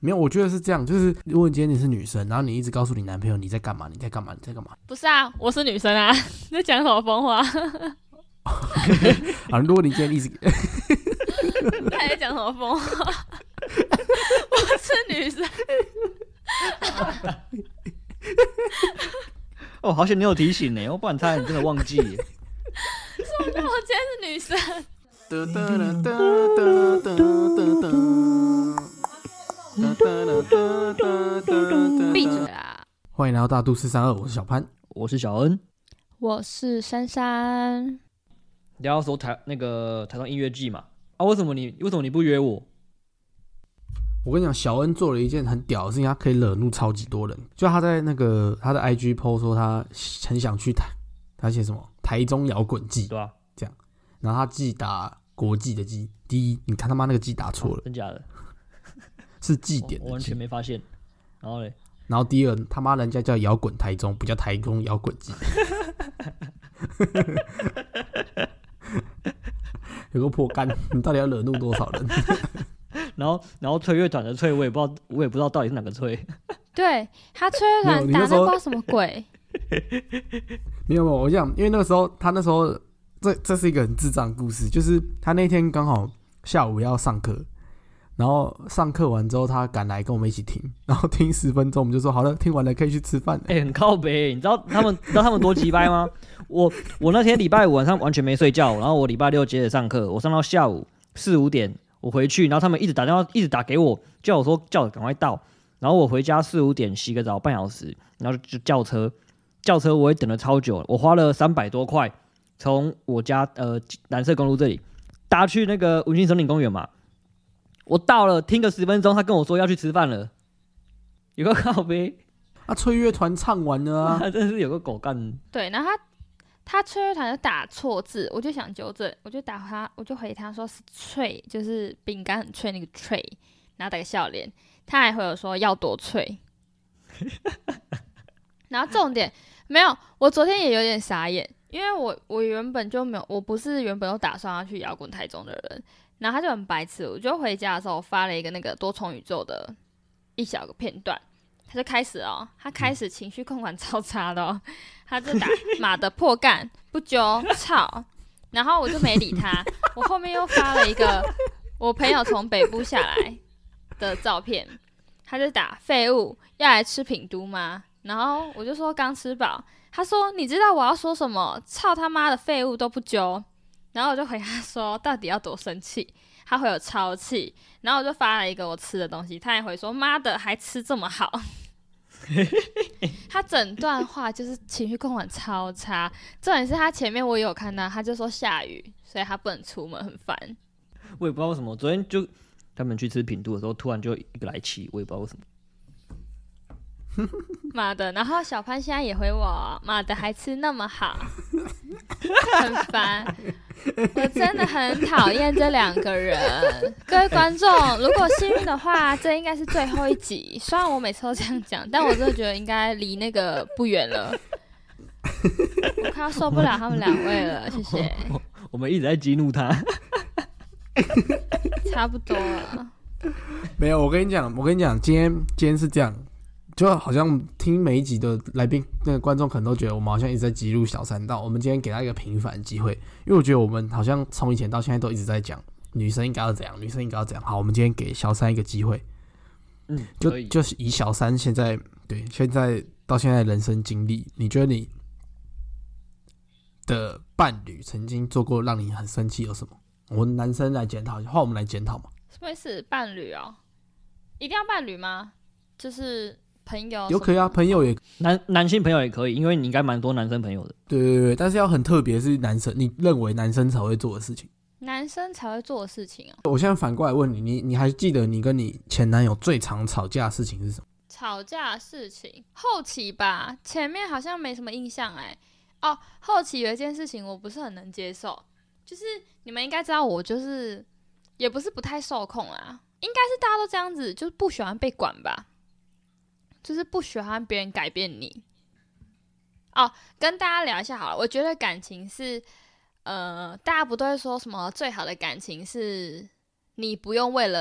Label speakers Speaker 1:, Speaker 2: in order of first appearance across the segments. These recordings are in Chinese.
Speaker 1: 没有，我觉得是这样，就是如果今天你是女生，然后你一直告诉你男朋友你在干嘛，你在干嘛，你在干嘛。
Speaker 2: 不是啊，我是女生啊，你在讲什么疯话？
Speaker 1: 啊，如果你今天一直，
Speaker 2: 你在讲什么疯话？我是女生。
Speaker 3: 哦，好险你有提醒呢，我不然差点真的忘记。
Speaker 2: 说我今天是女生。闭嘴啊！
Speaker 1: 欢迎来到大都市32，我是小潘，
Speaker 3: 我是小恩，
Speaker 2: 我是珊珊。
Speaker 3: 你要说台中音乐季嘛？啊，为什么你不约我？
Speaker 1: 我跟你讲，小恩做了一件很屌的事情，他可以惹怒超级多人。就他在他的 IG po 说他很想去他写什么台中摇滚季，
Speaker 3: 对啊，
Speaker 1: 这样，然后他季打国际的季，第一，你看他妈那个季打错了，
Speaker 3: 真假的？
Speaker 1: 是季点的季，
Speaker 3: 我完全没发现。然后嘞，
Speaker 1: 然后第二，他妈人家叫摇滚台中，不叫台中摇滚季。有个破干，你到底要惹怒多少人？
Speaker 3: 然后吹乐团的吹，我也不知道到底是哪个吹。
Speaker 2: 对，他吹乐团打那不知道什么鬼。
Speaker 1: 没有，我讲，因为他那时候这是一个很智障的故事，就是他那天刚好下午要上课，然后上课完之后他赶来跟我们一起听，然后听10分钟，我们就说好了，听完了可以去吃饭了。
Speaker 3: 很靠北，你知道他们多鸡掰吗？我那天礼拜五晚上完全没睡觉，然后我礼拜六接着上课，我上到下午4、5点。我回去，然后他们一直打电话，一直打给我，叫我赶快到。然后我回家4、5点洗个澡半小时，然后就叫车我也等了超久，我花了300多块，从我家蓝色公路这里搭去那个文心森林公园嘛。我到了，听个10分钟，他跟我说要去吃饭了，有个靠北。
Speaker 1: 吹乐团唱完了啊，
Speaker 3: 他真的是有个狗干。
Speaker 2: 对，然后他吹乐团就打错字，我就想纠正，我就回他说是脆，就是饼干很脆那个脆，然后打个笑脸。他还回我说要多脆。然后重点没有，我昨天也有点傻眼，因为我原本就没有，我不是原本有打算要去摇滚台中的人，然后他就很白痴，我就回家的时候我发了一个那个多重宇宙的一小个片段。他就开始他开始情绪控管超差的他就打妈的破干不揪操，然后我就没理他。我后面又发了一个我朋友从北部下来的照片，他就打废物要来吃品都吗？然后我就说刚吃饱，他说你知道我要说什么？操他妈的废物都不揪。然后我就回他说到底要多生气？他回我超气，然后我就发了一个我吃的东西，他还回说妈的还吃这么好。他整段话就是情绪控管超差，重点是他前面我也有看到，他就说下雨，所以他不能出门，很烦。
Speaker 3: 我也不知道为什么，昨天就他们去吃品都的时候，突然就一个来气，我也不知道为什么。
Speaker 2: 妈的，然后小潘现在也回我，妈的还吃那么好，很烦。我真的很讨厌这2个人。各位观众，如果幸运的话，这应该是最后一集。虽然我每次都这样讲，但我真的觉得应该离那个不远了。我快要受不了他们2位了，谢谢。
Speaker 3: 我们一直在激怒他。
Speaker 2: 差不多了。
Speaker 1: 没有，我跟你讲，今天是这样。就好像听每一集的来宾，那个观众可能都觉得我们好像一直在激怒小三道。我们今天给他一个平反的机会，因为我觉得我们好像从以前到现在都一直在讲女生应该要怎样，女生应该要怎样。好，我们今天给小三一个机会，就是以小三现在到现在的人生经历，你觉得你的伴侣曾经做过让你很生气有什么？我们男生来检讨，换我们来检讨嘛。
Speaker 2: 什么意思？伴侣一定要伴侣吗？就是朋友
Speaker 1: 有可以啊，朋友也
Speaker 3: 男性朋友也可以，因为你应该蛮多男生朋友的。
Speaker 1: 对，但是要很特别，是男生，你认为男生才会做的事情。
Speaker 2: 男生才会做的事情
Speaker 1: 我现在反过来问你，你还记得你跟你前男友最常吵架的事情是什么？
Speaker 2: 吵架的事情后期吧，前面好像没什么印象后期有一件事情我不是很能接受，就是你们应该知道我就是也不是不太受控啦，应该是大家都这样子，就是不喜欢被管吧。就是不喜欢别人改变你。跟大家聊一下好了。我觉得感情是，大家不都会说什么最好的感情是你不用为了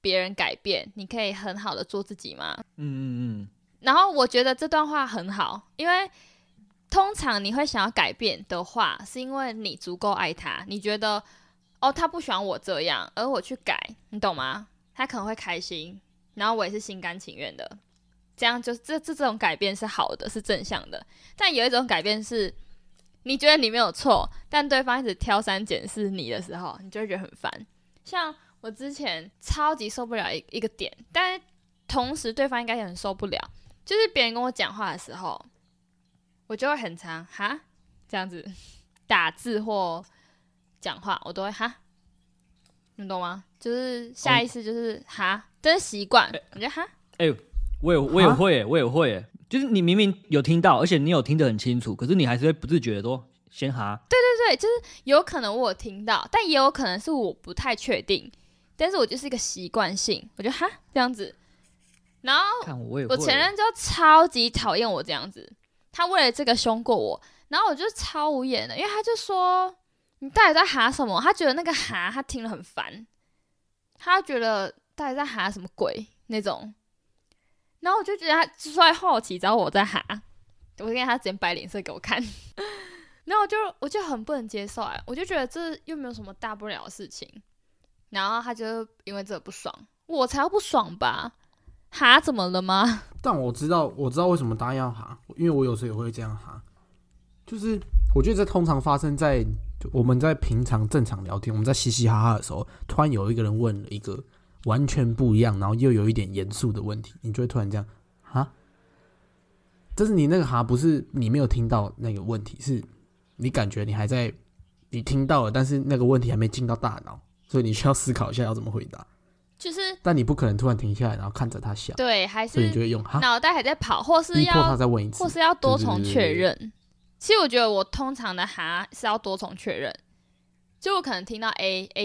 Speaker 2: 别人改变，你可以很好的做自己吗？
Speaker 3: 嗯，
Speaker 2: 然后我觉得这段话很好，因为通常你会想要改变的话，是因为你足够爱他，你觉得他不喜欢我这样，而我去改，你懂吗？他可能会开心，然后我也是心甘情愿的，这样就这种改变是好的，是正向的。但有一种改变是，你觉得你没有错，但对方一直挑三拣四你的时候，你就会觉得很烦。像我之前超级受不了一个点，但是同时对方应该也很受不了，就是别人跟我讲话的时候，我就会很常哈这样子打字或讲话，我都会哈，你懂吗？就是下意识就是哈，这是习惯。我觉得哈，
Speaker 3: 我也会，就是你明明有听到，而且你有听得很清楚，可是你还是会不自觉的说先哈。
Speaker 2: 对，就是有可能我有听到，但也有可能是我不太确定，但是我就是一个习惯性，我就哈这样子。然后我前任就超级讨厌我这样子，他为了这个凶过我，然后我就超无言的，因为他就说你到底在哈什么？他觉得那个哈他听了很烦，他觉得到底在哈什么鬼那种。然后我就觉得他就出来好奇，找我在哈，我就跟他直接摆脸色给我看，然后我就很不能接受我就觉得这又没有什么大不了的事情，然后他就因为这个不爽，我才要不爽吧？哈怎么了吗？
Speaker 1: 但我知道为什么大家要哈，因为我有时候也会这样哈，就是我觉得这通常发生在我们在平常正常聊天，我们在嘻嘻哈哈的时候，突然有一个人问了一个完全不一样，然后又有一点严肃的问题，你就会突然这样哈，这是你那个哈，不是你没有听到那个问题，是你感觉你还在，你听到了，但是那个问题还没进到大脑，所以你需要思考一下要怎么回答。
Speaker 2: 就是，
Speaker 1: 但你不可能突然停下来，然后看着他想，
Speaker 2: 对，还是
Speaker 1: 所以你就会用哈，
Speaker 2: 脑袋还在跑，或是
Speaker 1: 逼迫他再问一次，
Speaker 2: 或是要多重确认。
Speaker 1: 对。
Speaker 2: 其实我觉得我通常的哈是要多重确认，就我可能听到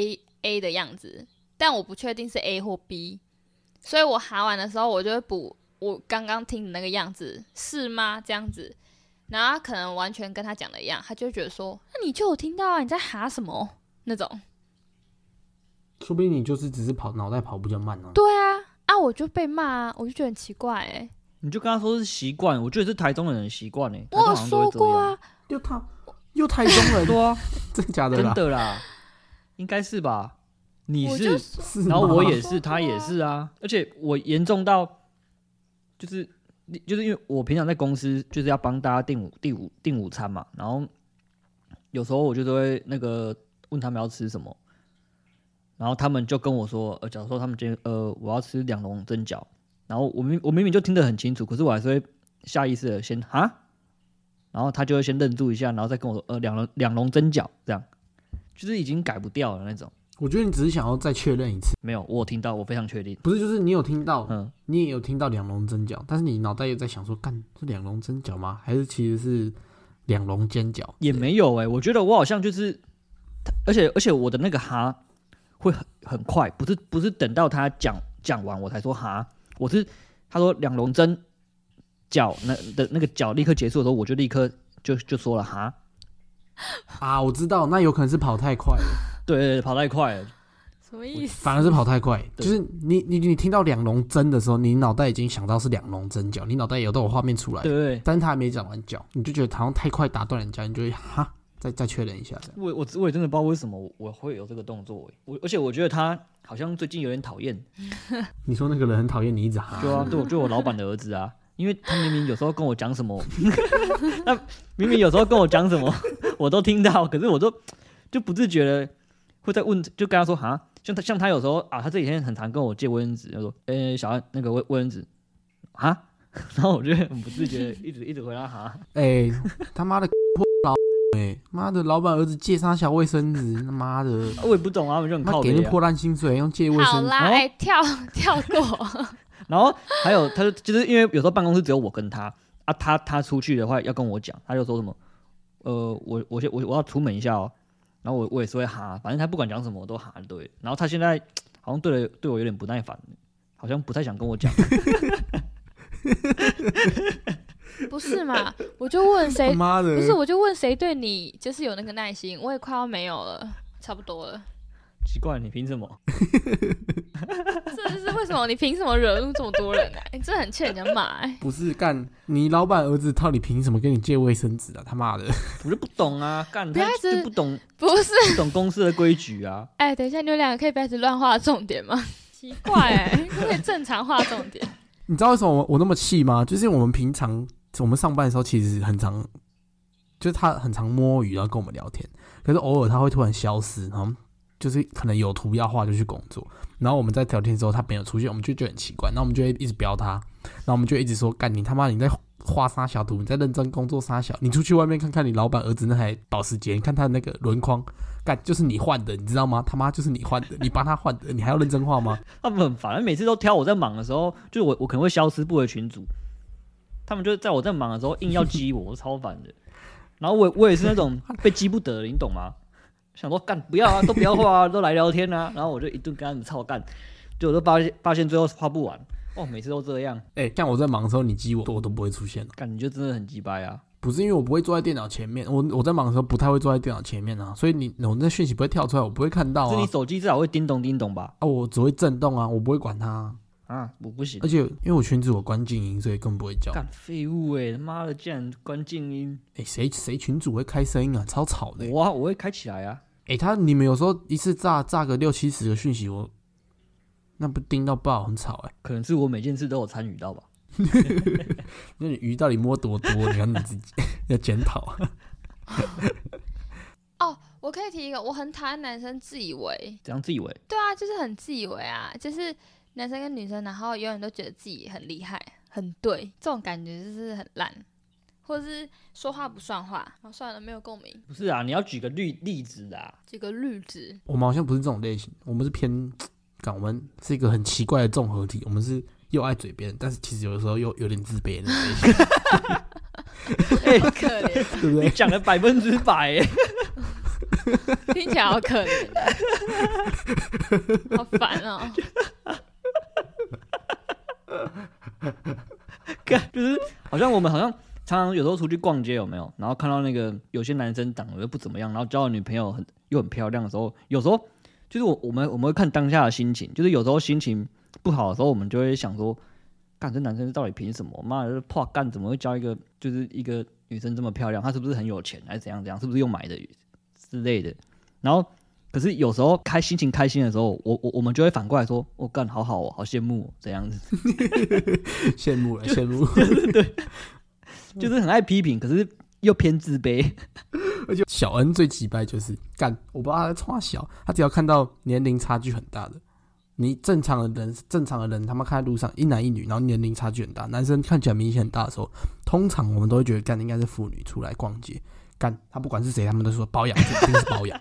Speaker 2: A 的样子，但我不确定是 A 或 B， 所以我哈完的时候，我就会补我刚刚听的那个样子，是吗？这样子，然后他可能完全跟他讲的一样，他就会觉得说，那你就有听到啊，你在哈什么那种。
Speaker 1: 说不定你就是只是脑袋跑比较慢啊。
Speaker 2: 对啊，我就被骂啊，我就觉得很奇怪
Speaker 3: 你就跟他说是习惯，我觉得是台中人的习惯
Speaker 2: 我有说过啊，
Speaker 1: 又台中人，
Speaker 3: 对啊，
Speaker 1: 真的假的啦？
Speaker 3: 真的啦，应该是吧？你是，
Speaker 1: 然
Speaker 3: 后我也是，他也是啊，而且我严重到就是因为我平常在公司就是要帮大家订午餐嘛，然后有时候我就会那个问他们要吃什么。然后他们就跟我说，假如说他们今天我要吃2笼蒸饺，然后我明明就听得很清楚，可是我还是会下意识的先哈，然后他就会先愣住一下，然后再跟我说2笼蒸饺，这样就是已经改不掉了那种。
Speaker 1: 我觉得你只是想要再确认一次。
Speaker 3: 没有，我有听到，我非常确定。
Speaker 1: 不是，就是你有听到，你也有听到2笼蒸饺，但是你脑袋又在想说，干是2笼蒸饺吗？还是其实是2笼煎饺？
Speaker 3: 也没有我觉得我好像就是，而且我的那个哈。会很快，不是等到他讲完我才说哈，我是他说2笼蒸饺那个饺立刻结束的时候，我就立刻就说了哈。
Speaker 1: 啊，我知道，那有可能是跑太快了。
Speaker 3: 对，跑太快了。
Speaker 2: 什么意思？
Speaker 1: 反而是跑太快，就是你听到2笼蒸的时候，你脑袋已经想到是2笼蒸饺，你脑袋都有画面出来，
Speaker 3: 对，
Speaker 1: 但是他还没讲完饺，你就觉得好像太快打断人家，你就会哈。再确认一下。
Speaker 3: 我也真的不知道为什么我会有这个动作而且我觉得他好像最近有点讨厌。
Speaker 1: 你说那个人很讨厌你一直哈？
Speaker 3: 对啊，就我老板的儿子啊，因为他明明有时候跟我讲什么，那明明有时候跟我讲什么我都听到，可是我就不自觉的会在问，就跟他说哈，像他有时候啊，他这几天很常跟我借卫生纸，他说小安那个卫生纸哈，然后我就很不自觉的一直回答哈。
Speaker 1: 他妈的老。妈的，老板儿子借啥小卫生纸？他妈的，
Speaker 3: 我也不懂啊，他们就很靠北啊，
Speaker 1: 给那破烂薪水，用借卫生纸。
Speaker 2: 好啦，跳过。
Speaker 3: 然后还有，他就是因为有时候办公室只有我跟他啊，他出去的话要跟我讲，他就说什么，我要出门一下哦，然后我也是会哈，反正他不管讲什么我都哈对。然后他现在好像对我有点不耐烦，好像不太想跟我讲。
Speaker 2: 不是嘛？我就问谁？
Speaker 1: 妈的！
Speaker 2: 不是，我就问谁对你就是有那个耐心？我也快要没有了，差不多了。
Speaker 3: 奇怪，你凭什么？
Speaker 2: 这是为什么？你凭什么惹怒这么多人啊？你真的很欠人家骂
Speaker 1: 不是干你老板儿子，到底凭什么跟你借卫生纸啊？他妈的！
Speaker 3: 我就不懂啊，干他
Speaker 2: 不要一直
Speaker 3: 就不懂，
Speaker 2: 不是？
Speaker 3: 不懂公司的规矩啊。
Speaker 2: 等一下，你们两个可以不要一直乱画重点吗？奇怪可以正常画重点。
Speaker 1: 你知道为什么我那么气吗？就是因为我们平常我们上班的时候，其实很常，就是他很常摸鱼，然后跟我们聊天。可是偶尔他会突然消失，然后就是可能有图要画就去工作。然后我们在聊天的时候，他没有出现，我们就觉得很奇怪。然后我们就会一直飙他，然后我们就一直说：“干你他妈！你在画啥小图？你在认真工作啥小？你出去外面看看你老板儿子那台保时捷，你看他的那个轮框，干就是你换的，你知道吗？他妈就是你换的，你帮他换的，你还要认真画吗？”
Speaker 3: 他们很烦，每次都挑我在忙的时候，就是我可能会消失不回群组，他们就在我在忙的时候硬要激我，我超烦的。然后我也是那种被激不得的，你懂吗？想说干不要啊，都不要画啊，都来聊天啊。然后我就一顿跟他们操干，就我都发现最后画不完。哦，每次都这样。
Speaker 1: 像我在忙的时候，你激我都不会出现了。
Speaker 3: 干你就真的很鸡掰啊！
Speaker 1: 不是因为我不会坐在电脑前面，我在忙的时候不太会坐在电脑前面啊，所以我那讯息不会跳出来，我不会看到啊。
Speaker 3: 是你手机至少会叮咚叮咚吧？
Speaker 1: 啊，我只会震动啊，我不会管它
Speaker 3: 啊，我不行。
Speaker 1: 而且因为我群组我关静音，所以根本不会叫。
Speaker 3: 干废物欸，他妈的竟然关静音！
Speaker 1: 谁群组会开声音啊？超吵的。
Speaker 3: 我会开起来啊。
Speaker 1: 你们有时候一次炸个60-70个讯息，那不叮到爆，很吵
Speaker 3: 可能是我每件事都有参与到吧。
Speaker 1: 那你鱼到底摸多多？你看你自己要检讨。
Speaker 2: 我可以提一个，我很讨厌男生自以为。
Speaker 3: 怎样自以为？
Speaker 2: 对啊，就是很自以为啊，就是男生跟女生，然后永远都觉得自己很厉害、很对，这种感觉就是很烂，或者是说话不算话。算了，没有共鸣。
Speaker 3: 不是啊，你要举个例子啊。
Speaker 2: 举个例子。
Speaker 1: 我们好像不是这种类型，我们是偏，我们是一个很奇怪的综合体。我们是又爱嘴边，但是其实有的时候又有点自卑的类型。
Speaker 2: 好可怜，
Speaker 1: 对不对？
Speaker 3: 你讲了100%
Speaker 2: 听起来好可怜，好烦哦。
Speaker 3: 就是我们好像常常有时候出去逛街有没有？然后看到那个有些男生长得不怎么样，然后交了女朋友又很漂亮的时候，有时候就是我们会看当下的心情，就是有时候心情不好的时候，我们就会想说，干这男生到底凭什么？妈的，破干怎么会交一个女生这么漂亮？他是不是很有钱还是怎样？是不是用买的之类的？然后可是有时候心情开心的时候，我们就会反过来说，干好好哦，好羡慕哦，这样子。
Speaker 1: 羡慕了，羡慕。
Speaker 3: 对，就是很爱批评，可是又偏自卑。
Speaker 1: 而且小恩最鸡掰就是干，我不知道他在冲他小，他只要看到年龄差距很大的，你正常的人，他们看在路上一男一女，然后年龄差距很大，男生看起来明显很大的时候，通常我们都会觉得干应该是妇女出来逛街，干他不管是谁，他们都说包养，这一定是包养。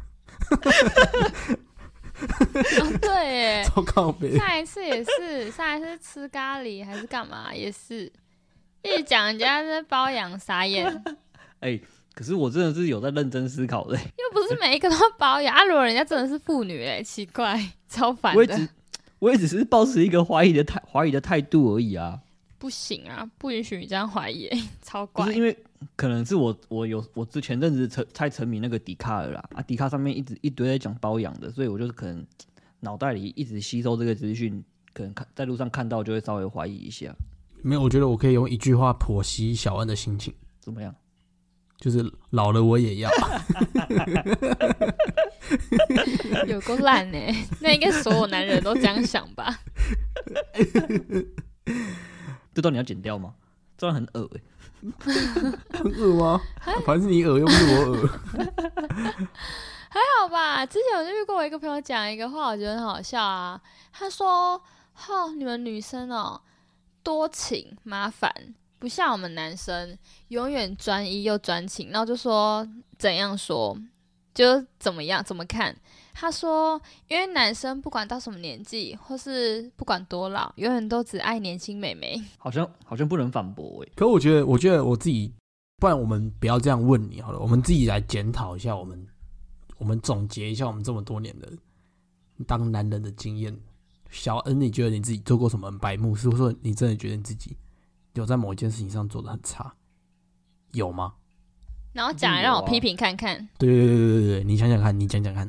Speaker 2: 对耶，
Speaker 1: 超靠北。
Speaker 2: 上一次也是，上一次吃咖喱还是干嘛，也是一直讲人家在包养，傻眼。
Speaker 3: 可是我真的是有在认真思考的，
Speaker 2: 又不是每一个都包养啊！如果人家真的是妇女，奇怪，超烦的。
Speaker 3: 我也只是抱持一个怀疑的态度而已啊。
Speaker 2: 不行啊，不允许你这样怀疑，超怪。
Speaker 3: 不是因为可能是我之前阵子太沉迷那个迪卡了啦，迪卡上面一堆在讲包养的，所以我就是可能脑袋里一直吸收这个资讯，可能在路上看到就会稍微怀疑一下。
Speaker 1: 没有，我觉得我可以用一句话剖析小恩的心情。
Speaker 3: 怎么样？
Speaker 1: 就是老了我也要。
Speaker 2: 有够烂欸，那应该所有男人都这样想吧？
Speaker 3: 这段你要剪掉吗？这段很恶
Speaker 1: 很恶吗？反正是你恶又不是我恶。
Speaker 2: 还好吧，之前我就遇过我一个朋友讲一个话，我觉得很好笑啊。他说：“你们女生多情麻烦，不像我们男生永远专一又专情。”然后就说怎样说，就怎么样怎么看。他说，因为男生不管到什么年纪，或是不管多老，永远都只爱年轻美眉。
Speaker 3: 好像不能反驳
Speaker 1: 可我觉得我自己，不然我们不要这样问你好了，我们自己来检讨一下，我们总结一下我们这么多年的当男人的经验。小恩，你觉得你自己做过什么很白目？是不是说你真的觉得你自己有在某一件事情上做得很差？有吗？
Speaker 2: 然后讲来让我批评看看。
Speaker 1: 对，你讲讲看。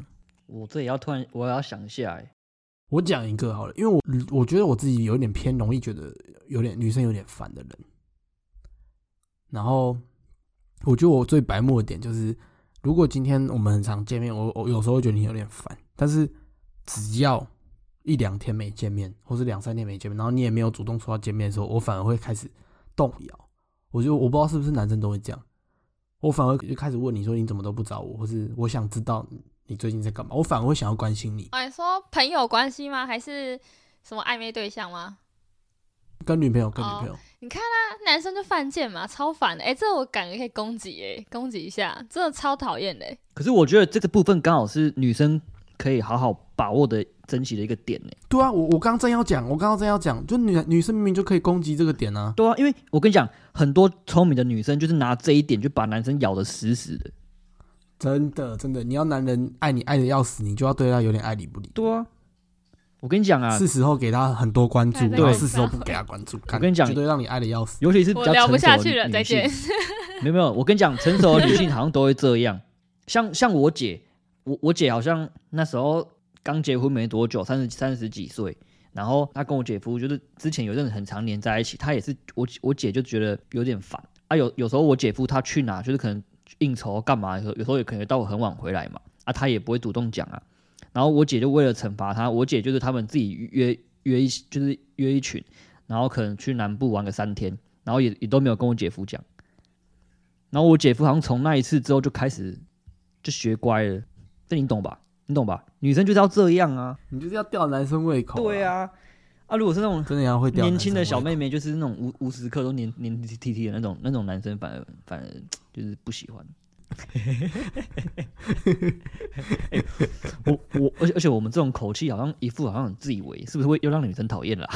Speaker 3: 我这也要突然我也要想一下
Speaker 1: 我讲一个好了，因为我觉得我自己有点偏容易觉得女生有点烦的人。然后我觉得我最白目的点就是，如果今天我们很常见面，我有时候会觉得你有点烦，但是只要1-2天没见面，或是2-3天没见面，然后你也没有主动说要见面的时候，我反而会开始动摇。我不知道是不是男生都会这样，我反而就开始问你说你怎么都不找我，或是我想知道你最近在干嘛，我反而会想要关心你。
Speaker 2: 你说朋友关系吗？还是什么暧昧对象吗？
Speaker 1: 跟女朋友。
Speaker 2: 你看啊，男生就犯贱嘛，超烦的。这我感觉可以攻击攻击一下，真的超讨厌的。
Speaker 3: 可是我觉得这个部分刚好是女生可以好好把握的、珍惜的一个点
Speaker 1: 对啊，我刚刚正要讲，就女生明明就可以攻击这个点啊。
Speaker 3: 对啊，因为我跟你讲，很多聪明的女生就是拿这一点就把男生咬得死死的。
Speaker 1: 真的，你要男人爱你爱的要死，你就要对他有点爱理不理。
Speaker 3: 对啊，我跟你讲啊，
Speaker 1: 是时候给他很多关注，然后是时候不给他关注。
Speaker 3: 我跟你讲，
Speaker 1: 绝对让你爱的要死。
Speaker 3: 尤其是比较成熟的女性，
Speaker 2: 我聊不下去了，再见。
Speaker 3: 没有，我跟你讲，成熟的女性好像都会这样。像我姐，我姐好像那时候刚结婚没多久，30几岁，然后她跟我姐夫就是之前有阵子很常黏在一起，她也是我姐就觉得有点烦啊。有时候我姐夫他去哪，就是可能应酬干嘛，有时候也可能到很晚回来嘛，啊，他也不会主动讲啊。然后我姐就为了惩罚他，我姐就是他们自己约一群，然后可能去南部玩个3天，然后也都没有跟我姐夫讲。然后我姐夫好像从那一次之后就开始就学乖了，这你懂吧？女生就是要这样啊，
Speaker 1: 你就是要吊男生胃口。
Speaker 3: 对啊，如果是那种
Speaker 1: 真的要会吊
Speaker 3: 年轻的小妹妹，就是那种无时刻都黏踢踢的那种男生，反而就是不喜欢。而且我们这种口气好像一副好像很自以为，是不是会又让女生讨厌了？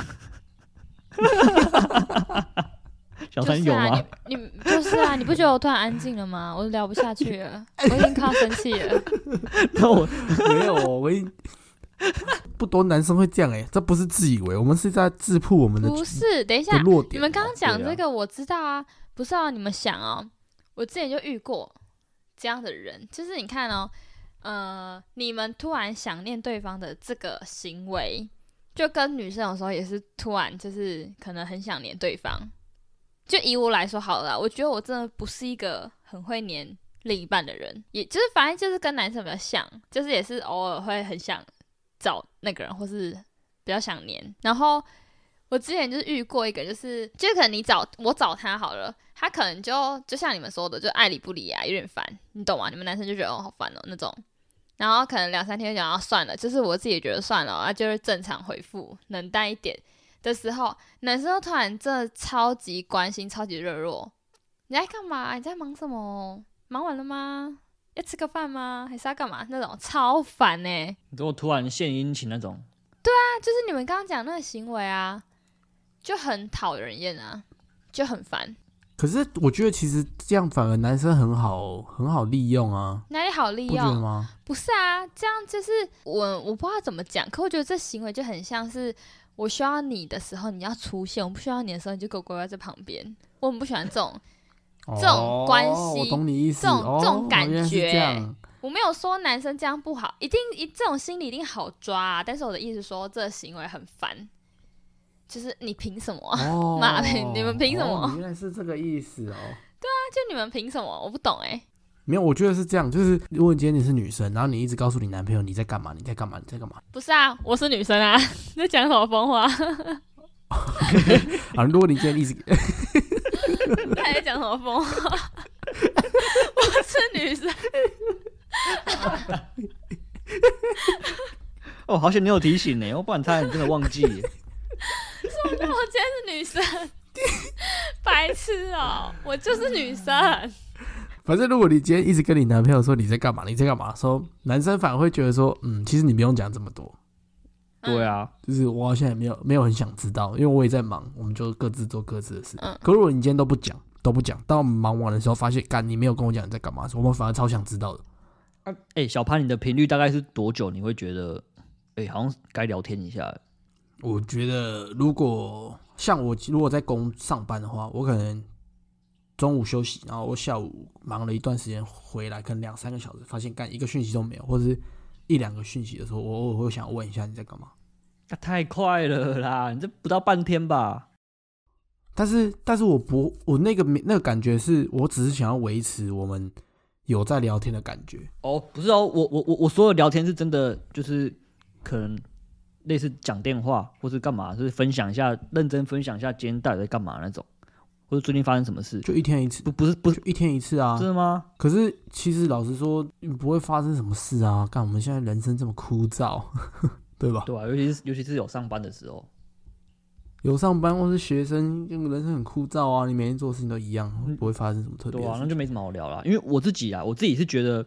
Speaker 3: 小三有吗？
Speaker 2: 你就是啊，你不觉得我突然安静了吗？我聊不下去了，我已经快要生气了。
Speaker 1: 那我没有，我已经不多男生会这样这不是自以为，我们是在自曝我们的
Speaker 2: 不是。等一下，
Speaker 1: 弱点。
Speaker 2: 你们刚刚讲这个我知道啊，不是啊？你们想哦，我之前就遇过这样的人，就是你看哦，你们突然想念对方的这个行为，就跟女生有时候也是突然就是可能很想念对方。就以我来说好了啦，我觉得我真的不是一个很会黏另一半的人，也就是反正就是跟男生比较像，就是也是偶尔会很想找那个人，或是比较想黏。然后我之前就是遇过一个，就是可能我找他好了，他可能就像你们说的，就爱理不理啊，有点烦，你懂吗？你们男生就觉得好烦那种。然后可能2-3天就讲算了，就是我自己也觉得算了，就是正常回复，冷淡一点的时候，男生突然真的超级关心，超级热络。你在干嘛？你在忙什么？忙完了吗？要吃个饭吗？还是要干嘛？那种超烦你
Speaker 3: 如果突然献殷勤那种。
Speaker 2: 对啊，就是你们刚刚讲那个行为啊，就很讨人厌啊，就很烦。
Speaker 1: 可是我觉得其实这样反而男生很好利用啊。
Speaker 2: 哪里好利用？
Speaker 1: 不觉得吗？
Speaker 2: 不是啊，这样就是我不知道怎么讲，可我觉得这行为就很像是我需要你的时候你要出现，我不需要你的时候你就给我乖乖在旁边。我很不喜欢这种关系，
Speaker 1: 我懂你意思，
Speaker 2: 这种感觉。
Speaker 1: 我
Speaker 2: 没有说男生这样不好，这种心理一定好抓啊。但是我的意思说，这个行为很烦。就是你凭什么？妈的，你们凭什么？
Speaker 1: 原来是这个意思哦。
Speaker 2: 对啊，就你们凭什么？我不懂
Speaker 1: 没有，我觉得是这样，就是如果今天你是女生，然后你一直告诉你男朋友你在干嘛，你在干嘛，你在干嘛？
Speaker 2: 不是啊，我是女生啊，你在讲什么疯话？
Speaker 1: 啊，如果你今天一直，
Speaker 2: 他在讲什么疯话？我是女生。
Speaker 3: 哦，好险你有提醒呢，不然差点真的忘记。
Speaker 2: 我今天是女生，白痴哦！我就是女生。
Speaker 1: 反正如果你今天一直跟你男朋友说你在干嘛，你在干嘛的时候，男生反而会觉得说，其实你不用讲这么多。
Speaker 3: 对啊，
Speaker 1: 就是我好像也没有很想知道，因为我也在忙，我们就各自做各自的事。可如果你今天都不讲，到我们忙完的时候发现，干你没有跟我讲你在干嘛，我们反而超想知道的。
Speaker 3: 小潘，你的频率大概是多久？你会觉得，好像该聊天一下。
Speaker 1: 我觉得如果像我如果在上班的话，我可能中午休息，然后我下午忙了一段时间回来，可能2-3个小时，发现干一个讯息都没有，或者是 1-2个讯息的时候，我偶尔会想问一下你在干嘛。
Speaker 3: 太快了啦，你这不到半天吧？
Speaker 1: 但是我那个感觉是我只是想要维持我们有在聊天的感觉。
Speaker 3: 哦，不是哦，我所有聊天是真的，就是可能类似讲电话或是干嘛，就是分享一下，认真分享一下今天到底在干嘛那种，或者最近发生什么事，
Speaker 1: 就一天一次，不是一天一次啊？
Speaker 3: 真的吗？
Speaker 1: 可是其实老实说，不会发生什么事啊。干我们现在人生这么枯燥，对吧？
Speaker 3: 对啊，尤其是有上班的时候。
Speaker 1: 有上班或是学生，人生很枯燥啊，你每天做的事情都一样，不会发生什么特别的事情。
Speaker 3: 对啊，那就没什么好聊啦。因为我自己是觉得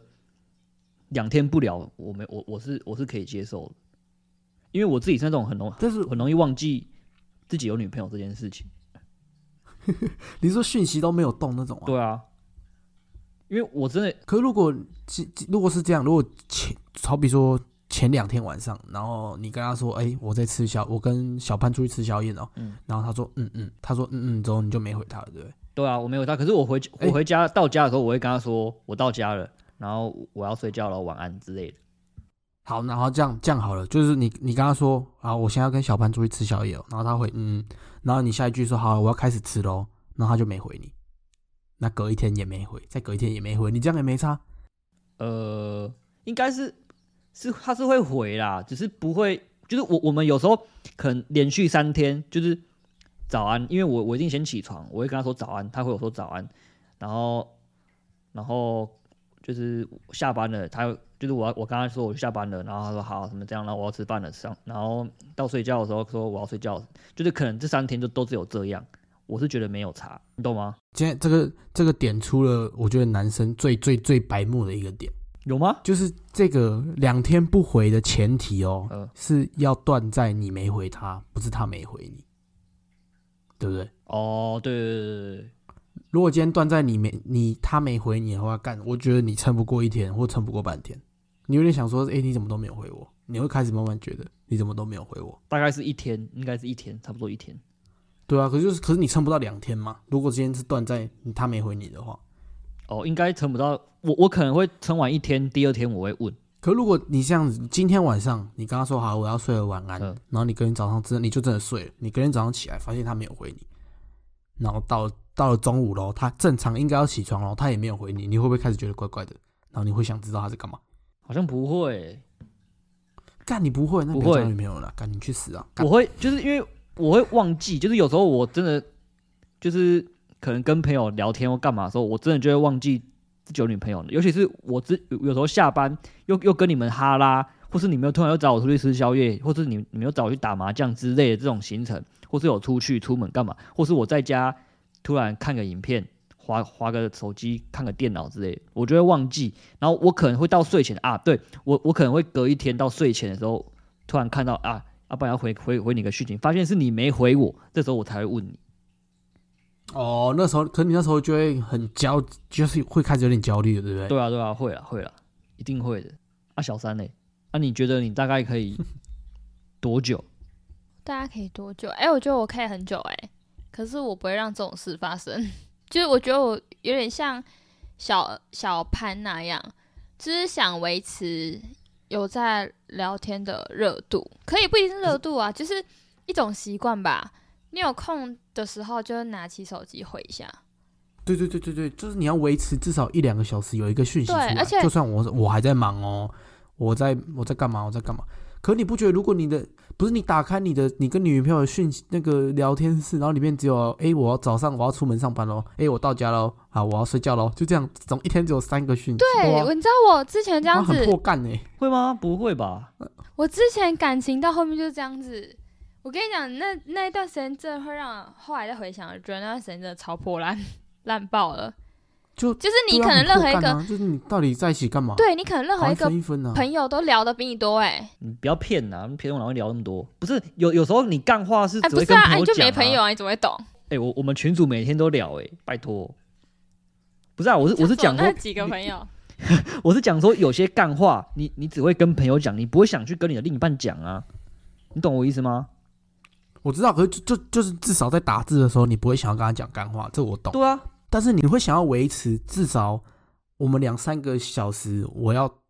Speaker 3: 2天不聊，我是可以接受的，因为我自己是那种很容易忘记自己有女朋友这件事情。
Speaker 1: 你说讯息都没有动那种啊？
Speaker 3: 对啊，因为我真的，
Speaker 1: 可是如果是这样，如果好比说前2天晚上，然后你跟他说，我跟小潘出去吃宵夜哦，然后他说他说之后你就没回他了，对不对？
Speaker 3: 对啊，我没回他，可是我回家到家的时候，我会跟他说我到家了，然后我要睡觉了，晚安之类的。
Speaker 1: 好，然后这样好了，就是你跟他说啊，我现在要跟小潘出去吃宵夜哦，然后他会然后你下一句说好，我要开始吃喽，然后他就没回你，那隔一天也没回，再隔一天也没回，你这样也没差？
Speaker 3: 应该是他是会回啦，只是不会，就是我们有时候可能连续3天就是早安，因为我一定先起床，我会跟他说早安，他会有说早安，然后就是下班了，就是我跟他说我下班了，然后他说好什么这样，然后我要吃饭了，然后到睡觉的时候说我要睡觉，就是可能这3天就都只有这样，我是觉得没有差，你懂吗？
Speaker 1: 今天这个点出了我觉得男生最白目的一个点。
Speaker 3: 有吗？
Speaker 1: 就是这个2天不回的前提哦，是要断在你没回他，不是他没回你，对不对？
Speaker 3: 哦，对。
Speaker 1: 如果今天断在他没回你的话，我觉得你撑不过1天或撑不过半天，你有点想说，你怎么都没有回我？你会开始慢慢觉得你怎么都没有回我。
Speaker 3: 大概是1天，应该是1天，差不多1天。
Speaker 1: 对啊，可是你撑不到2天嘛？如果今天是断在他没回你的话。
Speaker 3: 哦，应该撑不到，我可能会撑完1天，第2天我会问。
Speaker 1: 可如果你这样子，今天晚上你跟他说好我要睡了晚安，然后你隔天早上你就真的睡了，你隔天早上起来发现他没有回你，然后到了中午咯，他正常应该要起床咯，他也没有回你，你会不会开始觉得怪怪的？然后你会想知道他在干嘛？
Speaker 3: 好像不会。
Speaker 1: 干你不会，那别交女朋友了，干你去死啊！
Speaker 3: 我会，就是因为我会忘记，就是有时候我真的就是可能跟朋友聊天或干嘛的时候，我真的就会忘记自己有女朋友了。尤其是有时候下班又跟你们哈拉，或是你们突然又找我出去吃宵夜，或是你们又找我去打麻将之类的这种行程，或是有出门干嘛，或是我在家突然看个影片，滑个手机，看个电脑之类的，我就会忘记。然后我可能会到睡前对，我可能会隔1天到睡前的时候，突然看到不然要回你个讯息，发现是你没回我，这时候我才会问你。
Speaker 1: 哦，那时候，可你那时候就会很就是会开始有点焦虑了，对不对？
Speaker 3: 对啊，会啦，一定会的。小三嘞？你觉得你大概可以多久？
Speaker 2: 大家可以多久？我觉得我可以很久可是我不会让这种事发生。就是我觉得我有点像小潘那样，就是想维持有在聊天的热度，可以不一定是热度啊，就是一种习惯吧。你有空的时候就拿起手机回一下。
Speaker 1: 对，就是你要维持至少1-2个小时有一个讯息出来，
Speaker 2: 而且
Speaker 1: 就算我还在忙哦，我在干嘛？可你不觉得，如果不是你打开你跟你女朋友的讯息那个聊天室，然后里面只有早上我要出门上班咯，我到家咯，好我要睡觉咯，就这样，总一天只有3个讯息。
Speaker 2: 对，你知道我之前这样子
Speaker 1: 很破干
Speaker 3: 会吗？不会吧？
Speaker 2: 我之前感情到后面就是这样子。我跟你讲，那一段时间真的会让我后来再回想，我觉得那段时间真的超破烂爆了。就是你可能任何一个，
Speaker 1: 就是你到底在一起干嘛？
Speaker 2: 对，你可能任何一个
Speaker 1: 分
Speaker 2: 朋友都聊得比你多
Speaker 3: 你不要骗呐，骗我哪会聊那么多？不是有时候你干话是只会跟朋友讲
Speaker 2: 你就没朋友你怎么会懂？
Speaker 3: 我们群组每天都聊拜托。不是我是讲说
Speaker 2: 那几个朋友，
Speaker 3: 我是讲说有些干话你只会跟朋友讲，你不会想去跟你的另一半讲啊，你懂我意思吗？
Speaker 1: 我知道，可是就是至少在打字的时候，你不会想要跟他讲干话，这我懂。
Speaker 3: 对啊，
Speaker 1: 但是你会想要维持至少我们2-3个小时，我要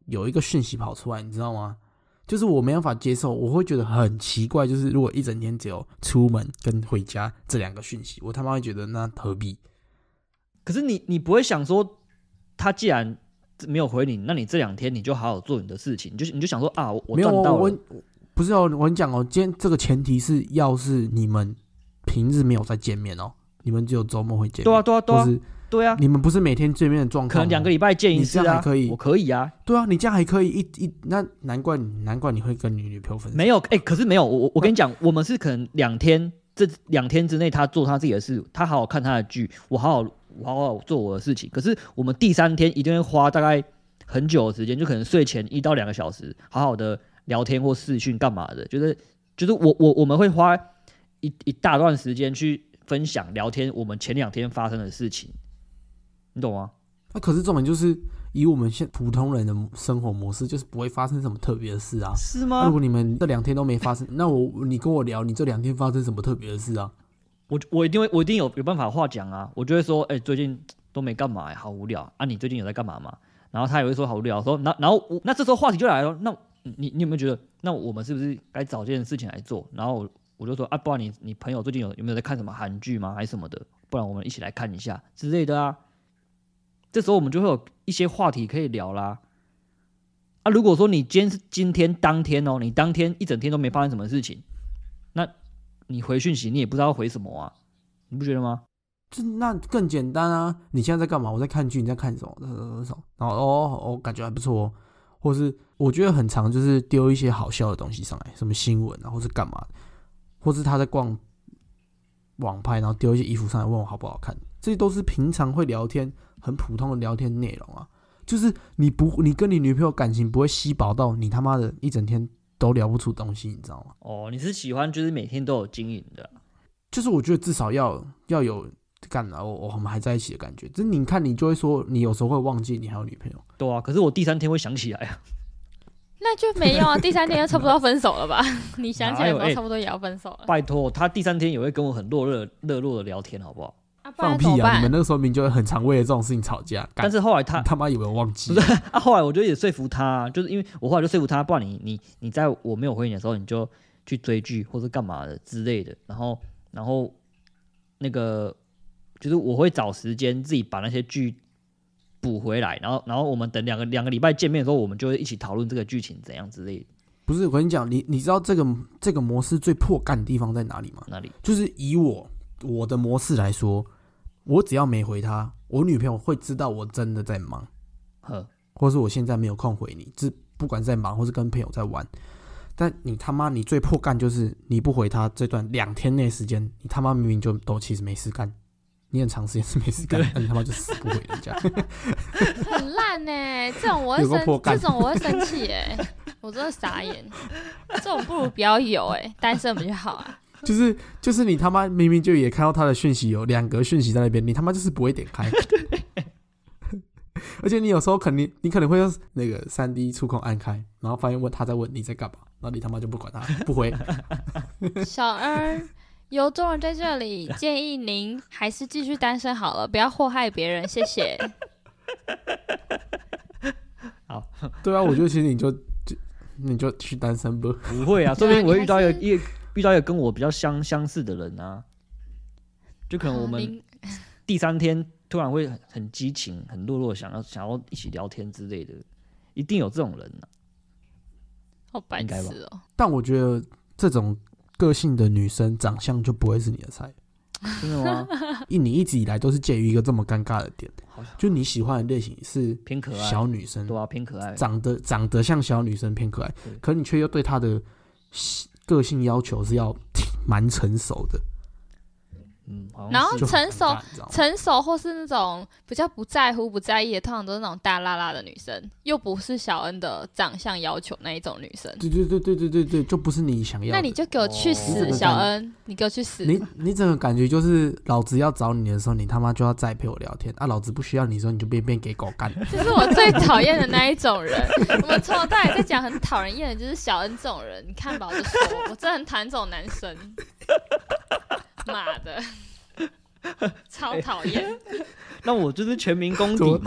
Speaker 1: 有一个讯息跑出来，你知道吗？就是我没办法接受，我会觉得很奇怪。就是如果一整天只有出门跟回家这2个讯息，我他妈会觉得那何必？
Speaker 3: 可是你不会想说，他既然没有回你，那你这2天你就好好做你的事情，你就想说啊，我赚到了。
Speaker 1: 不是哦，我跟你讲哦，今天这个前提是，要是你们平日没有在见面哦，你们只有周末会见面。
Speaker 3: 对啊，
Speaker 1: 你们不是每天见面的状况，
Speaker 3: 可能2个礼拜见一次啊，
Speaker 1: 你这样还可以，
Speaker 3: 我可以啊。
Speaker 1: 对啊，你这样还可以那难怪你会跟你女朋友分手。
Speaker 3: 没有，可是没有，我跟你讲，我们是可能2天，这2天之内他做他自己的事，他好好看他的剧，我好好做我的事情。可是我们第3天一定会花大概很久的时间，就可能睡前1到2个小时，好好的聊天或视讯干嘛的，就是我们会花一大段时间去分享聊天我们前2天发生的事情。你懂吗？
Speaker 1: 可是重点就是以我们现普通人的生活模式，就是不会发生什么特别的事啊。
Speaker 3: 是吗？
Speaker 1: 如果你们这2天都没发生，那你跟我聊，你这2天发生什么特別的事啊？
Speaker 3: 我一定有办法话讲啊。我就会说，最近都没干嘛，好无聊啊。你最近有在干嘛吗？然后他也会说好无聊，说然后那这时候话题就来了。那你有没有觉得，那我们是不是该找件事情来做？然后我就说啊，不然你朋友最近有没有在看什么韩剧吗？还是什么的？不然我们一起来看一下之类的啊。这时候我们就会有一些话题可以聊啦。啊，如果说你今天当天哦，你当天一整天都没发生什么事情，那你回讯息你也不知道回什么啊，你不觉得吗？
Speaker 1: 那更简单啊！你现在在干嘛？我在看剧，你在看什么？然后感觉还不错哦。或是我觉得很常就是丢一些好笑的东西上来，什么新闻啊，或是干嘛的，或是他在逛网拍，然后丢一些衣服上来问我好不好看，这些都是平常会聊天很普通的聊天内容啊。就是你跟你女朋友感情不会稀薄到你他妈的一整天都聊不出东西，你知道吗？
Speaker 3: 哦，你是喜欢就是每天都有经营的，
Speaker 1: 就是我觉得至少要有干了我们还在一起的感觉。就是你看你就会说你有时候会忘记你还有女朋友。
Speaker 3: 对啊，可是我第3天会想起来啊。
Speaker 2: 那就没有啊，第3天就差不多要分手了吧？你想起来的时候差不多也要分手了。
Speaker 3: 拜托，他第3天也会跟我很热络的聊天，好不好？
Speaker 1: 放屁啊！你们那个时候明明就会很常为了这种事情吵架，
Speaker 3: 但是后来他
Speaker 1: 妈以为我忘记
Speaker 3: 不是啊。后来我就也说服他，就是因为我后来就说服他，不然你在我没有回你的时候，你就去追剧或是干嘛的之类的。然后那个就是我会找时间自己把那些剧补回来，然后我们等两个礼拜见面的时候，我们就会一起讨论这个剧情怎样之类的。
Speaker 1: 不是，我跟你讲，你知道这个模式最破干的地方在哪里吗？
Speaker 3: 哪里？就是
Speaker 1: 以我的模式来说，我只要没回他，我女朋友会知道我真的在忙，或是我现在没有空回你，不管在忙或是跟朋友在玩。但你他妈你最破干就是你不回他这段2天内时间，你他妈明明就都其实没事干，你很长时间是没事干，但你他妈就死不回人家，
Speaker 2: 很烂欸，这种我会生气欸，我真的傻眼。这种不如不要有单身比较好啊。
Speaker 1: 就是你他妈明明就也看到他的讯息有2个讯息在那边，你他妈就是不会点开。而且你有时候你可能会用那个3D 触控按开，然后发现他在问你在干嘛，然后你他妈就不管他，不回。
Speaker 2: 小恩，由众人在这里建议您还是继续单身好了，不要祸害别人，谢谢。
Speaker 3: 好，
Speaker 1: 对啊，我觉得其实你就去单身吧。
Speaker 3: 不会啊，说不定我会遇到一个跟我比较相似的人啊，就可能我们第3天突然会很激情、很落想要一起聊天之类的，一定有这种人啊。
Speaker 2: 好白痴哦！
Speaker 1: 但我觉得这种个性的女生长相就不会是你的菜。
Speaker 3: 真的吗？
Speaker 1: 你一直以来都是介于一个这么尴尬的点，就你喜欢的类型是
Speaker 3: 偏可爱
Speaker 1: 小女生，
Speaker 3: 对啊，偏可爱，
Speaker 1: 长得像小女生偏可爱，可你却又对她的个性要求是要蛮成熟的。
Speaker 2: 然后成熟或是那种比较不在乎不在意的，通常都是那种大辣辣的女生，又不是小恩的长相要求那一种女生。
Speaker 1: 对，就不是你想要的。
Speaker 2: 那你就给我去死，小恩，你给我去死！
Speaker 1: 你整个感觉就是老子要找你的时候，你他妈就要再陪我聊天啊！老子不需要你的时候，你就变给狗干。
Speaker 2: 这是我最讨厌的那一种人。我们从头到尾在讲很讨人厌的，就是小恩这种人。你看吧，我就说，我真的很讨厌这种男生。妈的，超讨厌。
Speaker 3: 那我就是全民公敌嘛。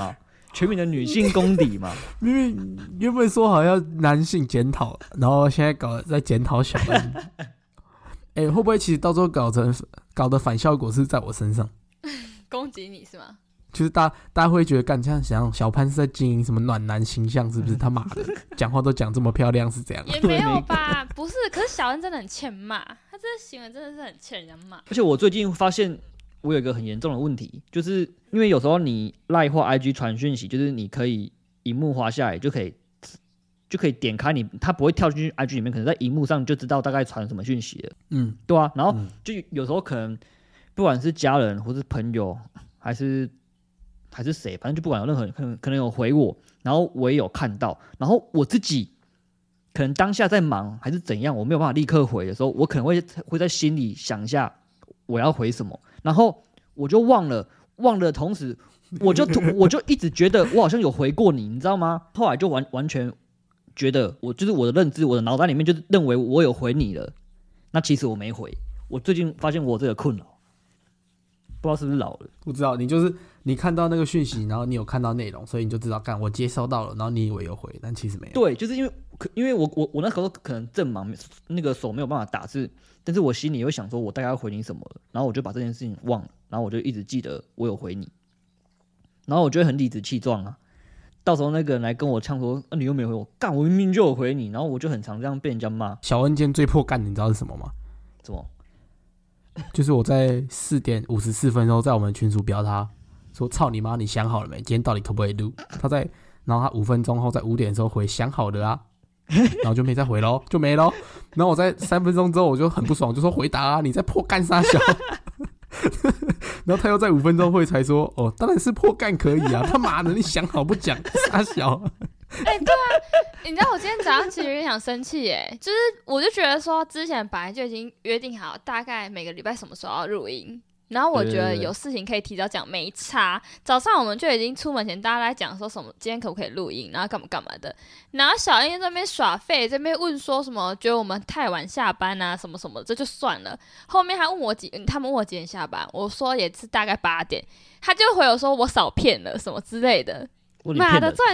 Speaker 3: 全民的女性公敌嘛。
Speaker 1: 明明原本说好要男性检讨，然后现在在检讨小恩。会不会其实到最后搞的反效果是在我身上？
Speaker 2: 攻击你是吗？
Speaker 1: 就是大家会觉得干这样想小潘是在经营什么暖男形象，是不是？他妈的，讲话都讲这么漂亮，是这样？
Speaker 2: 也没有吧，不是。可是小恩真的很欠骂，他这个行为真的是很欠人家骂。
Speaker 3: 而且我最近发现，我有一个很严重的问题，就是因为有时候你赖或 IG 传讯息，就是你可以荧幕滑下来就可以点开你，它不会跳进去 IG 里面，可能在荧幕上就知道大概传什么讯息了。对啊。然后就有时候可能不管是家人或是朋友还是谁，反正就不管有任何人可能有回我，然后我也有看到，然后我自己可能当下在忙还是怎样，我没有办法立刻回的时候，我可能会在心里想一下我要回什么，然后我就忘了的同时，我就一直觉得我好像有回过你，你知道吗？后来就完全觉得我的认知，我的脑袋里面就是认为我有回你了，那其实我没回。我最近发现我有这个困扰，不知道是不是老了。
Speaker 1: 不知道，你看到那个讯息，然后你有看到内容，所以你就知道，干我接收到了，然后你以为有回，但其实没有。
Speaker 3: 对，就是因为我那时候可能正忙，那个手没有办法打字，但是我心里也会想说，我大概要回你什么了，然后我就把这件事情忘了，然后我就一直记得我有回你，然后我就会很理直气壮啊。到时候那个人来跟我呛说，你又没回我，干我明明就有回你，然后我就很常这样被人家骂。
Speaker 1: 小恩今天最破干，你知道是什么吗？
Speaker 3: 什么？
Speaker 1: 就是我在4点54分的时候，在我们群组标他说：“操你妈！你想好了没？今天到底可不可以录？”然后他5分钟后，在5点的时候回想好的啊，然后就没再回咯，就没咯。然后我在3分钟之后，我就很不爽，就说：“回答啊，你在破干啥小？”然后他又在5分钟后才说：“哦，当然是破干可以啊！他妈的，你想好不讲傻小。”
Speaker 2: 对啊，你知道我今天早上其实有点想生气耶，就是我就觉得说之前本来就已经约定好大概每个礼拜什么时候要录音，然后我觉得有事情可以提早讲没差。早上我们就已经出门前大家在讲说什么今天可不可以录音，然后干嘛干嘛的，然后小燕在那边耍废，在那边问说什么觉得我们太晚下班啊什么什么，这就算了。后面他们问我几点下班，我说也是大概8点，他就回我说我少骗了什么之类的。妈的，重点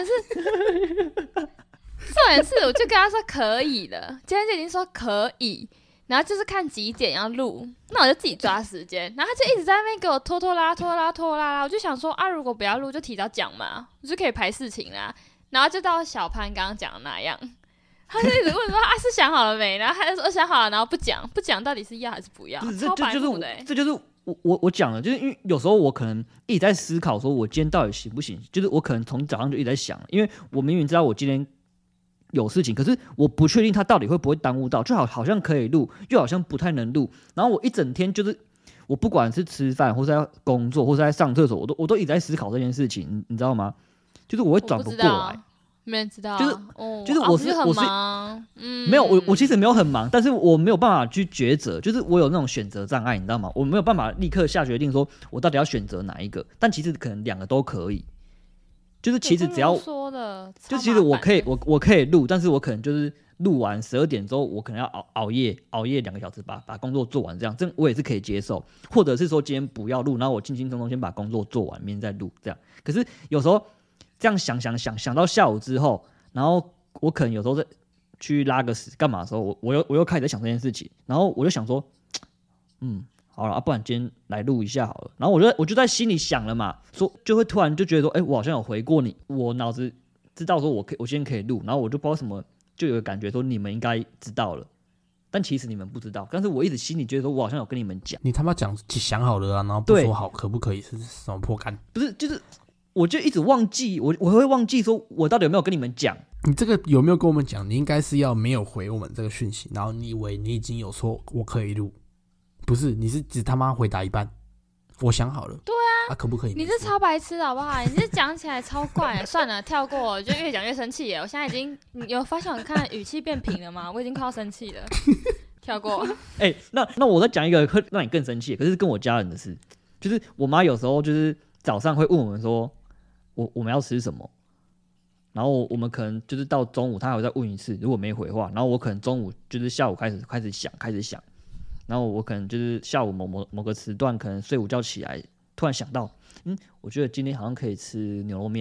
Speaker 2: 是，我就跟他说可以了，今天就已经说可以，然后就是看几点要录，那我就自己抓时间，然后他就一直在那边给我拖拉，我就想说啊，如果不要录就提早讲嘛，我就可以排事情啦。然后就到小潘刚刚讲的那样，他就一直问说啊是想好了没，然后他就说想好了，然后不讲到底是要还是不要，超白目的欸。
Speaker 3: 这就是我讲了，就是因为有时候我可能一直在思考，说我今天到底行不行？就是我可能从早上就一直在想，因为我明明知道我今天有事情，可是我不确定他到底会不会耽误到，就好像可以录，又好像不太能录。然后我一整天就是我不管是吃饭，或是在工作，或是在上厕所，我都一直在思考这件事情，你知道吗？就是我会转不过来。
Speaker 2: 没人知道，
Speaker 3: 就是我是
Speaker 2: 很忙，
Speaker 3: 没有我其实没有很忙，但是我没有办法去抉择，就是我有那种选择障碍，你知道吗？我没有办法立刻下决定说我到底要选择哪一个，但其实可能2个都可以，就是其实只要
Speaker 2: 说的，
Speaker 3: 就其实我可以录，但是我可能就是录完12点之后，我可能要熬夜2个小时把工作做完，这样我也是可以接受，或者是说今天不要录，然后我轻轻松松先把工作做完，明天再录这样。可是有时候这样想到下午之后，然后我可能有时候在去拉个屎干嘛的时候，我又开始在想这件事情，然后我就想说，好了不然今天来录一下好了。然后我就在心里想了嘛，说就会突然就觉得说，我好像有回过你，我脑子知道说我今天可以录，然后我就不知道什么，就有个感觉说你们应该知道了，但其实你们不知道。但是我一直心里觉得说我好像有跟你们讲，
Speaker 1: 你他妈想好了啊，然后不说好可不可以是什么破干？
Speaker 3: 不是就是。我就一直忘记，我会忘记说我到底有没有跟你们讲。
Speaker 1: 你这个有没有跟我们讲？你应该是要没有回我们这个讯息，然后你以为你已经有说我可以录，不是？你是只他妈回答一半。我想好了。
Speaker 2: 对啊，
Speaker 1: 可不可以？
Speaker 2: 你是超白痴好不好？你这讲起来超怪，算了，跳过，我就越讲越生气耶。我现在已经，你有发现我看语气变平了吗？我已经快要生气了。跳过。
Speaker 3: 那我再讲一个会让你更生气，可是跟我家人的事，就是我妈有时候就是早上会问我们说。我们要吃什么？然后我们可能就是到中午，他还会再问一次，如果没回话，然后我可能中午就是下午开始想，然后我可能就是下午某个时段，可能睡午觉起来，突然想到，我觉得今天好像可以吃牛肉面，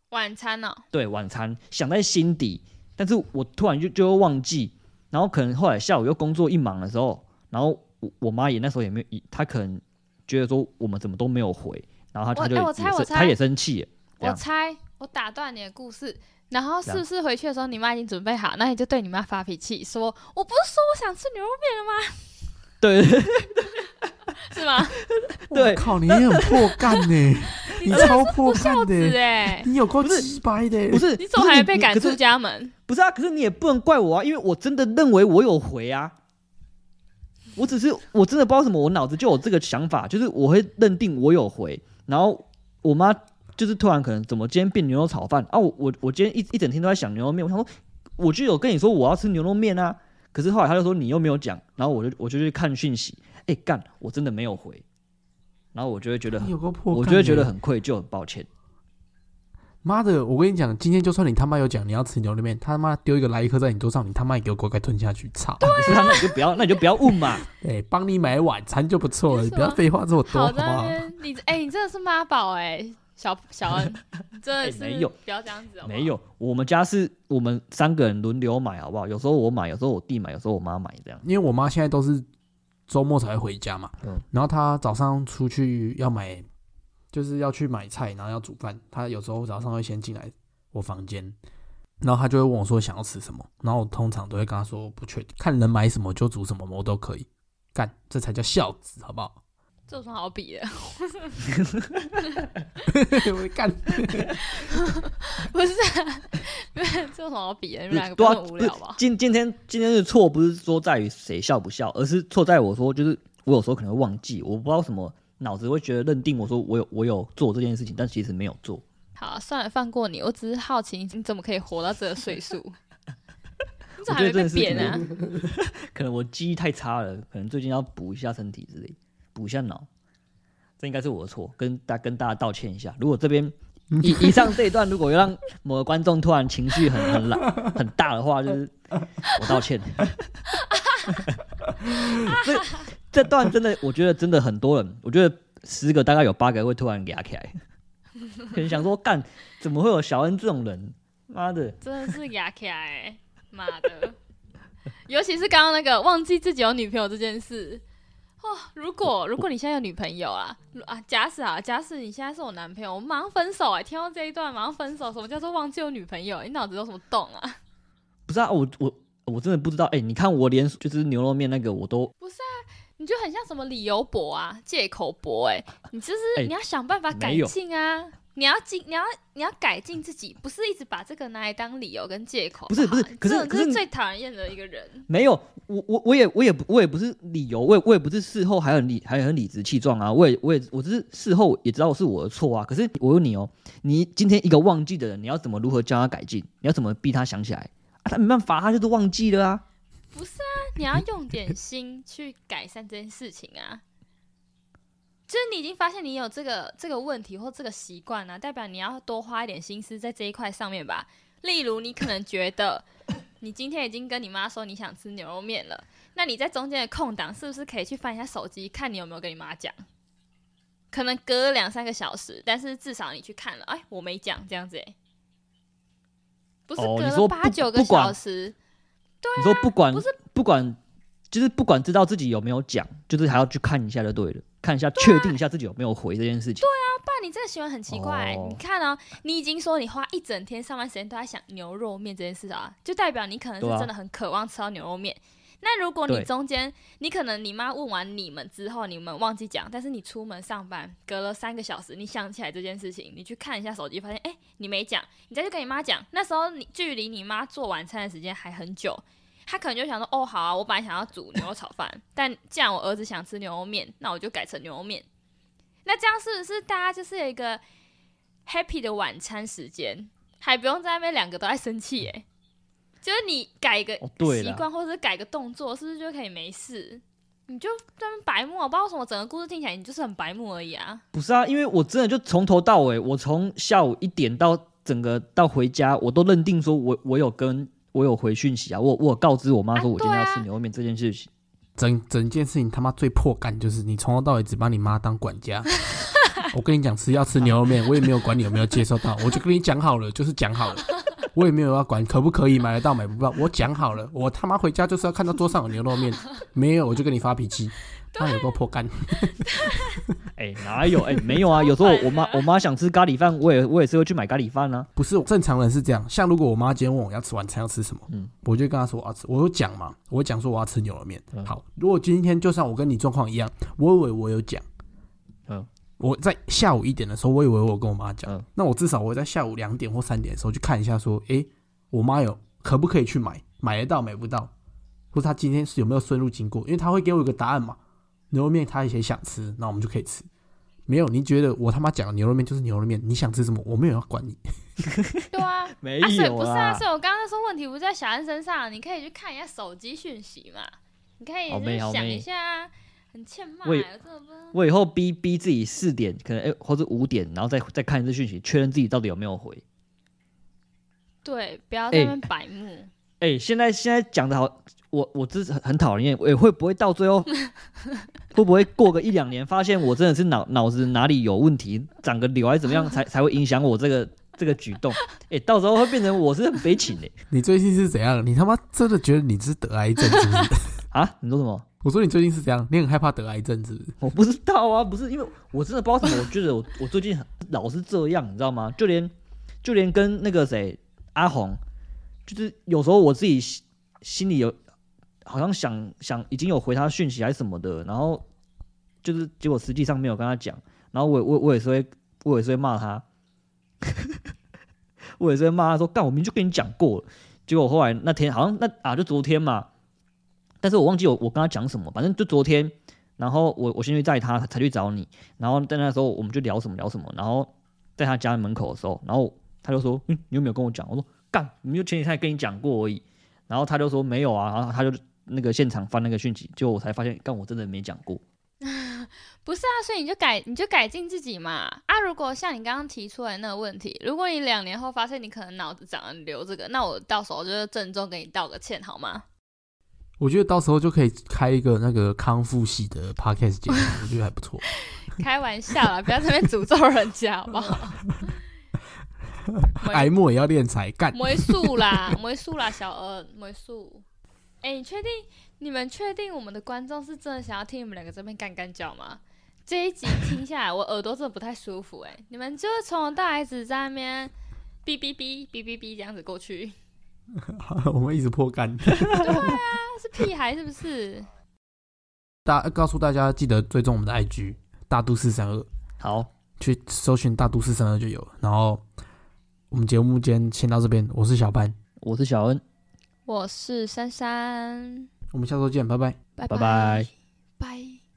Speaker 2: 晚餐哦，
Speaker 3: 对，晚餐想在心底，但是我突然就会忘记，然后可能后来下午又工作一忙的时候，然后我妈也那时候也没有，她可能觉得说我们怎么都没有回，然后她就她也生气了。
Speaker 2: 我打断你的故事，然后是不是回去的时候你妈已经准备好，那你就对你妈发脾气，说我不是说我想吃牛肉面了吗？
Speaker 3: 对，
Speaker 2: 是吗？
Speaker 3: 对，
Speaker 1: 靠，你也很破干呢，你超破干的，
Speaker 2: 哎，
Speaker 1: 你有够鸡掰的，
Speaker 3: 不是？
Speaker 2: 你怎么还没被赶出家门？
Speaker 3: 不是啊，可是你也不能怪我啊，因为我真的认为我有回啊。我真的不知道为什么我脑子就有这个想法，就是我会认定我有回，然后我妈就是突然可能怎么今天变牛肉炒饭啊？我今天一整天都在想牛肉面，我想说我就有跟你说我要吃牛肉面啊，可是后来他就说你又没有讲，然后我就去看讯息，干，我真的没有回，然后我就会觉得我就会觉得很愧疚，很抱歉。
Speaker 1: 妈的！我跟你讲，今天就算你他妈有讲你要吃牛肉面，他妈丢一个来一颗在你桌上，你他妈也给我乖乖吞下去，操！
Speaker 3: 不是啊，那你就不要问嘛。
Speaker 1: 帮你买晚餐就不错了，你不要废话这么多，好不好？
Speaker 2: 你真的是妈宝小恩，真的是
Speaker 3: 没有，
Speaker 2: 不要这样子好不好？
Speaker 3: 没有，我们家是我们3个人轮流买，好不好？有时候我买，有时候我弟买，有时候我妈买，这样。
Speaker 1: 因为我妈现在都是周末才会回家嘛，然后她早上出去要买。就是要去买菜，然后要煮饭。他有时候早上会先进来我房间，然后他就会问我说想要吃什么，然后我通常都会跟他说不确定，看能买什么就煮什么，我都可以干，这才叫孝子，好不好？
Speaker 2: 这有什么好比的？
Speaker 1: 我干，
Speaker 2: 不是、啊，这有什么好比的？你们两个不是很无聊吧？
Speaker 3: 今天的错不是说在于谁孝不孝，而是错在我说，就是我有时候可能会忘记，我不知道什么。脑子会觉得认定我说我有做这件事情，但其实没有做。
Speaker 2: 好，算了，放过你。我只是好奇你怎么可以活到这个岁数？你怎么还没被扁啊？
Speaker 3: 可能我记忆太差了，可能最近要补一下身体之类，补一下脑。这应该是我的错，跟大家道歉一下。如果这边以上这一段，如果让某个观众突然情绪很大的话，就是我道歉。这段真的，我觉得真的很多人，我觉得10个大概有8个会突然压起来，可能想说干，怎么会有小恩这种人？妈的，
Speaker 2: 真的是压起来，妈的！尤其是刚刚那个忘记自己有女朋友这件事。如果你现在有女朋友假使你现在是我男朋友，我马上分手听到这一段马上分手，什么叫做忘记有女朋友？你脑子有什么洞啊？
Speaker 3: 不是啊，我真的不知道，你看我连就是牛肉面那个我都
Speaker 2: 不是啊，你就很像什么理由博啊、借口博你就是你要想办法改进啊，你要改进自己，不是一直把这个拿来当理由跟借口。
Speaker 3: 不是，可是
Speaker 2: 最讨人厌的一个人。
Speaker 3: 没有，我也不是理由，我也不是事后还很理直气壮啊，我只是事后也知道是我的错啊。可是我问你你今天一个忘记的人，你要怎么如何教他改进？你要怎么逼他想起来？他没办法，他就是忘记了啊。
Speaker 2: 不是啊，你要用点心去改善这件事情啊。就是你已经发现你有这个问题或这个习惯啊，代表你要多花一点心思在这一块上面吧。例如，你可能觉得你今天已经跟你妈说你想吃牛肉面了，那你在中间的空档是不是可以去翻一下手机，看你有没有跟你妈讲？可能隔了2-3个小时，但是至少你去看了，我没讲这样子不是隔了8-9个小时。对啊，
Speaker 3: 你说不管，就是不管知道自己有没有讲，就是还要去看一下就对了，看一下确定一下自己有没有回这件事情。
Speaker 2: 对啊，不然你这个行为很奇怪你看你已经说你花一整天上班时间都在想牛肉面这件事就代表你可能是真的很渴望吃到牛肉面。那如果你中间你可能你妈问完你们之后，你们忘记讲，但是你出门上班隔了3个小时，你想起来这件事情，你去看一下手机，发现你没讲，你再去跟你妈讲，那时候你距离你妈做晚餐的时间还很久，她可能就想说好啊，我本来想要煮牛肉炒饭，但既然我儿子想吃牛肉面，那我就改成牛肉面。那这样是不是大家就是有一个 happy 的晚餐时间，还不用在那边2个都在生气就是你改一个习惯或者是改个动作，是不是就可以没事？你就在那边白目，我不知道为什么整个故事听起来你就是很白目而已啊。
Speaker 3: 不是啊，因为我真的就从头到尾，我从下午1点到整个到回家，我都认定说我有回讯息啊，我有告知我妈说我今天要吃牛肉面这件事情。
Speaker 1: 整件事情他妈最破干就是你从头到尾只把你妈当管家。 我跟你讲要吃牛肉面，我也没有管你有没有接受到，我就跟你讲好了，就是讲好了，我也没有要管可不可以买得到买不到，我讲好了，我他妈回家就是要看到桌上有牛肉面，没有我就跟你发脾气，他有够破干。
Speaker 3: 哪有没有啊？有时候我妈想吃咖喱饭，我也是会去买咖喱饭啊。
Speaker 1: 不是正常人是这样，像如果我妈今天问我要吃晚餐要吃什么，我就跟她说我要吃，我有讲嘛，我讲说我要吃牛肉面。好，如果今天就算我跟你状况一样，我以为我有讲，我在下午1点的时候，我以为我跟我妈讲，那我至少我在下午2点或3点的时候去看一下说，我妈可不可以去买得到买不到，或者她今天是有没有顺路经过，因为她会给我一个答案嘛。牛肉面她也想吃，那我们就可以吃。没有，你觉得我他妈讲的牛肉面就是牛肉面，你想吃什么我没有要管你。
Speaker 2: 对啊，
Speaker 3: 没有
Speaker 2: 不是啊，所以我刚刚说问题不在小安身上，你可以去看一下手机讯息嘛，你可以去想一下。很欠骂，我
Speaker 3: 以后逼自己4点，可能或者5点，然后再看一次讯息，确认自己到底有没有回。
Speaker 2: 对，不要在那边白目。
Speaker 3: 现在讲的好，我真是很讨厌。会不会到最后，会不会过个1-2年，发现我真的是脑子哪里有问题，长个瘤还是怎么样，才会影响我这个举动？到时候会变成我是很悲情的。
Speaker 1: 你最近是怎样？你他妈真的觉得你是得癌症是不是？
Speaker 3: 啊？你说什么？
Speaker 1: 我说你最近是怎样？你很害怕得癌症是不是？
Speaker 3: 我不知道啊，不是因为我真的不知道什么，我觉得我最近老是这样，你知道吗？就连跟那个谁阿红，就是有时候我自己心里有好像想已经有回他讯息还是什么的，然后就是结果实际上没有跟他讲，然后我也是会骂他，我也是会骂他说干，我明明就跟你讲过了，结果后来那天好像就昨天嘛。但是我忘记我跟他讲什么，反正就昨天，然后我先去载他才去找你，然后在那时候我们就聊什么，然后在他家门口的时候，然后他就说你有没有跟我讲？我说干，你就前几天跟你讲过而已，然后他就说没有啊，然后他就那个现场翻那个讯息，结果我才发现干，我真的没讲过。
Speaker 2: 不是啊，所以你就改进自己嘛啊！如果像你刚刚提出来那个问题，如果你2年后发现你可能脑子长了瘤这个，那我到时候就郑重给你道个歉好吗？
Speaker 1: 我觉得到时候就可以开一个那个康复系的 podcast 节目，我觉得还不错。
Speaker 2: 开玩笑啦，不要在那边诅咒人家好不好？
Speaker 1: 癌末也要练才干。
Speaker 2: 没数啦，小恩没数。你们确定我们的观众是真的想要听你们2个这边干干叫吗？这一集听下来，我耳朵真的不太舒服你们就是从头到尾只在那边哔哔哔哔哔哔这样子过去。
Speaker 1: 我们一直破干。
Speaker 2: 对啊，是屁孩是不是？
Speaker 1: 告诉大家记得追踪我们的 IG 大都市332，
Speaker 3: 好，
Speaker 1: 去搜寻大都市332就有了。然后我们节目今天先到这边，我是小班，
Speaker 3: 我是小恩，
Speaker 2: 我是珊珊，
Speaker 1: 我们下周见，拜拜，
Speaker 2: 拜
Speaker 3: 拜拜。
Speaker 2: 拜。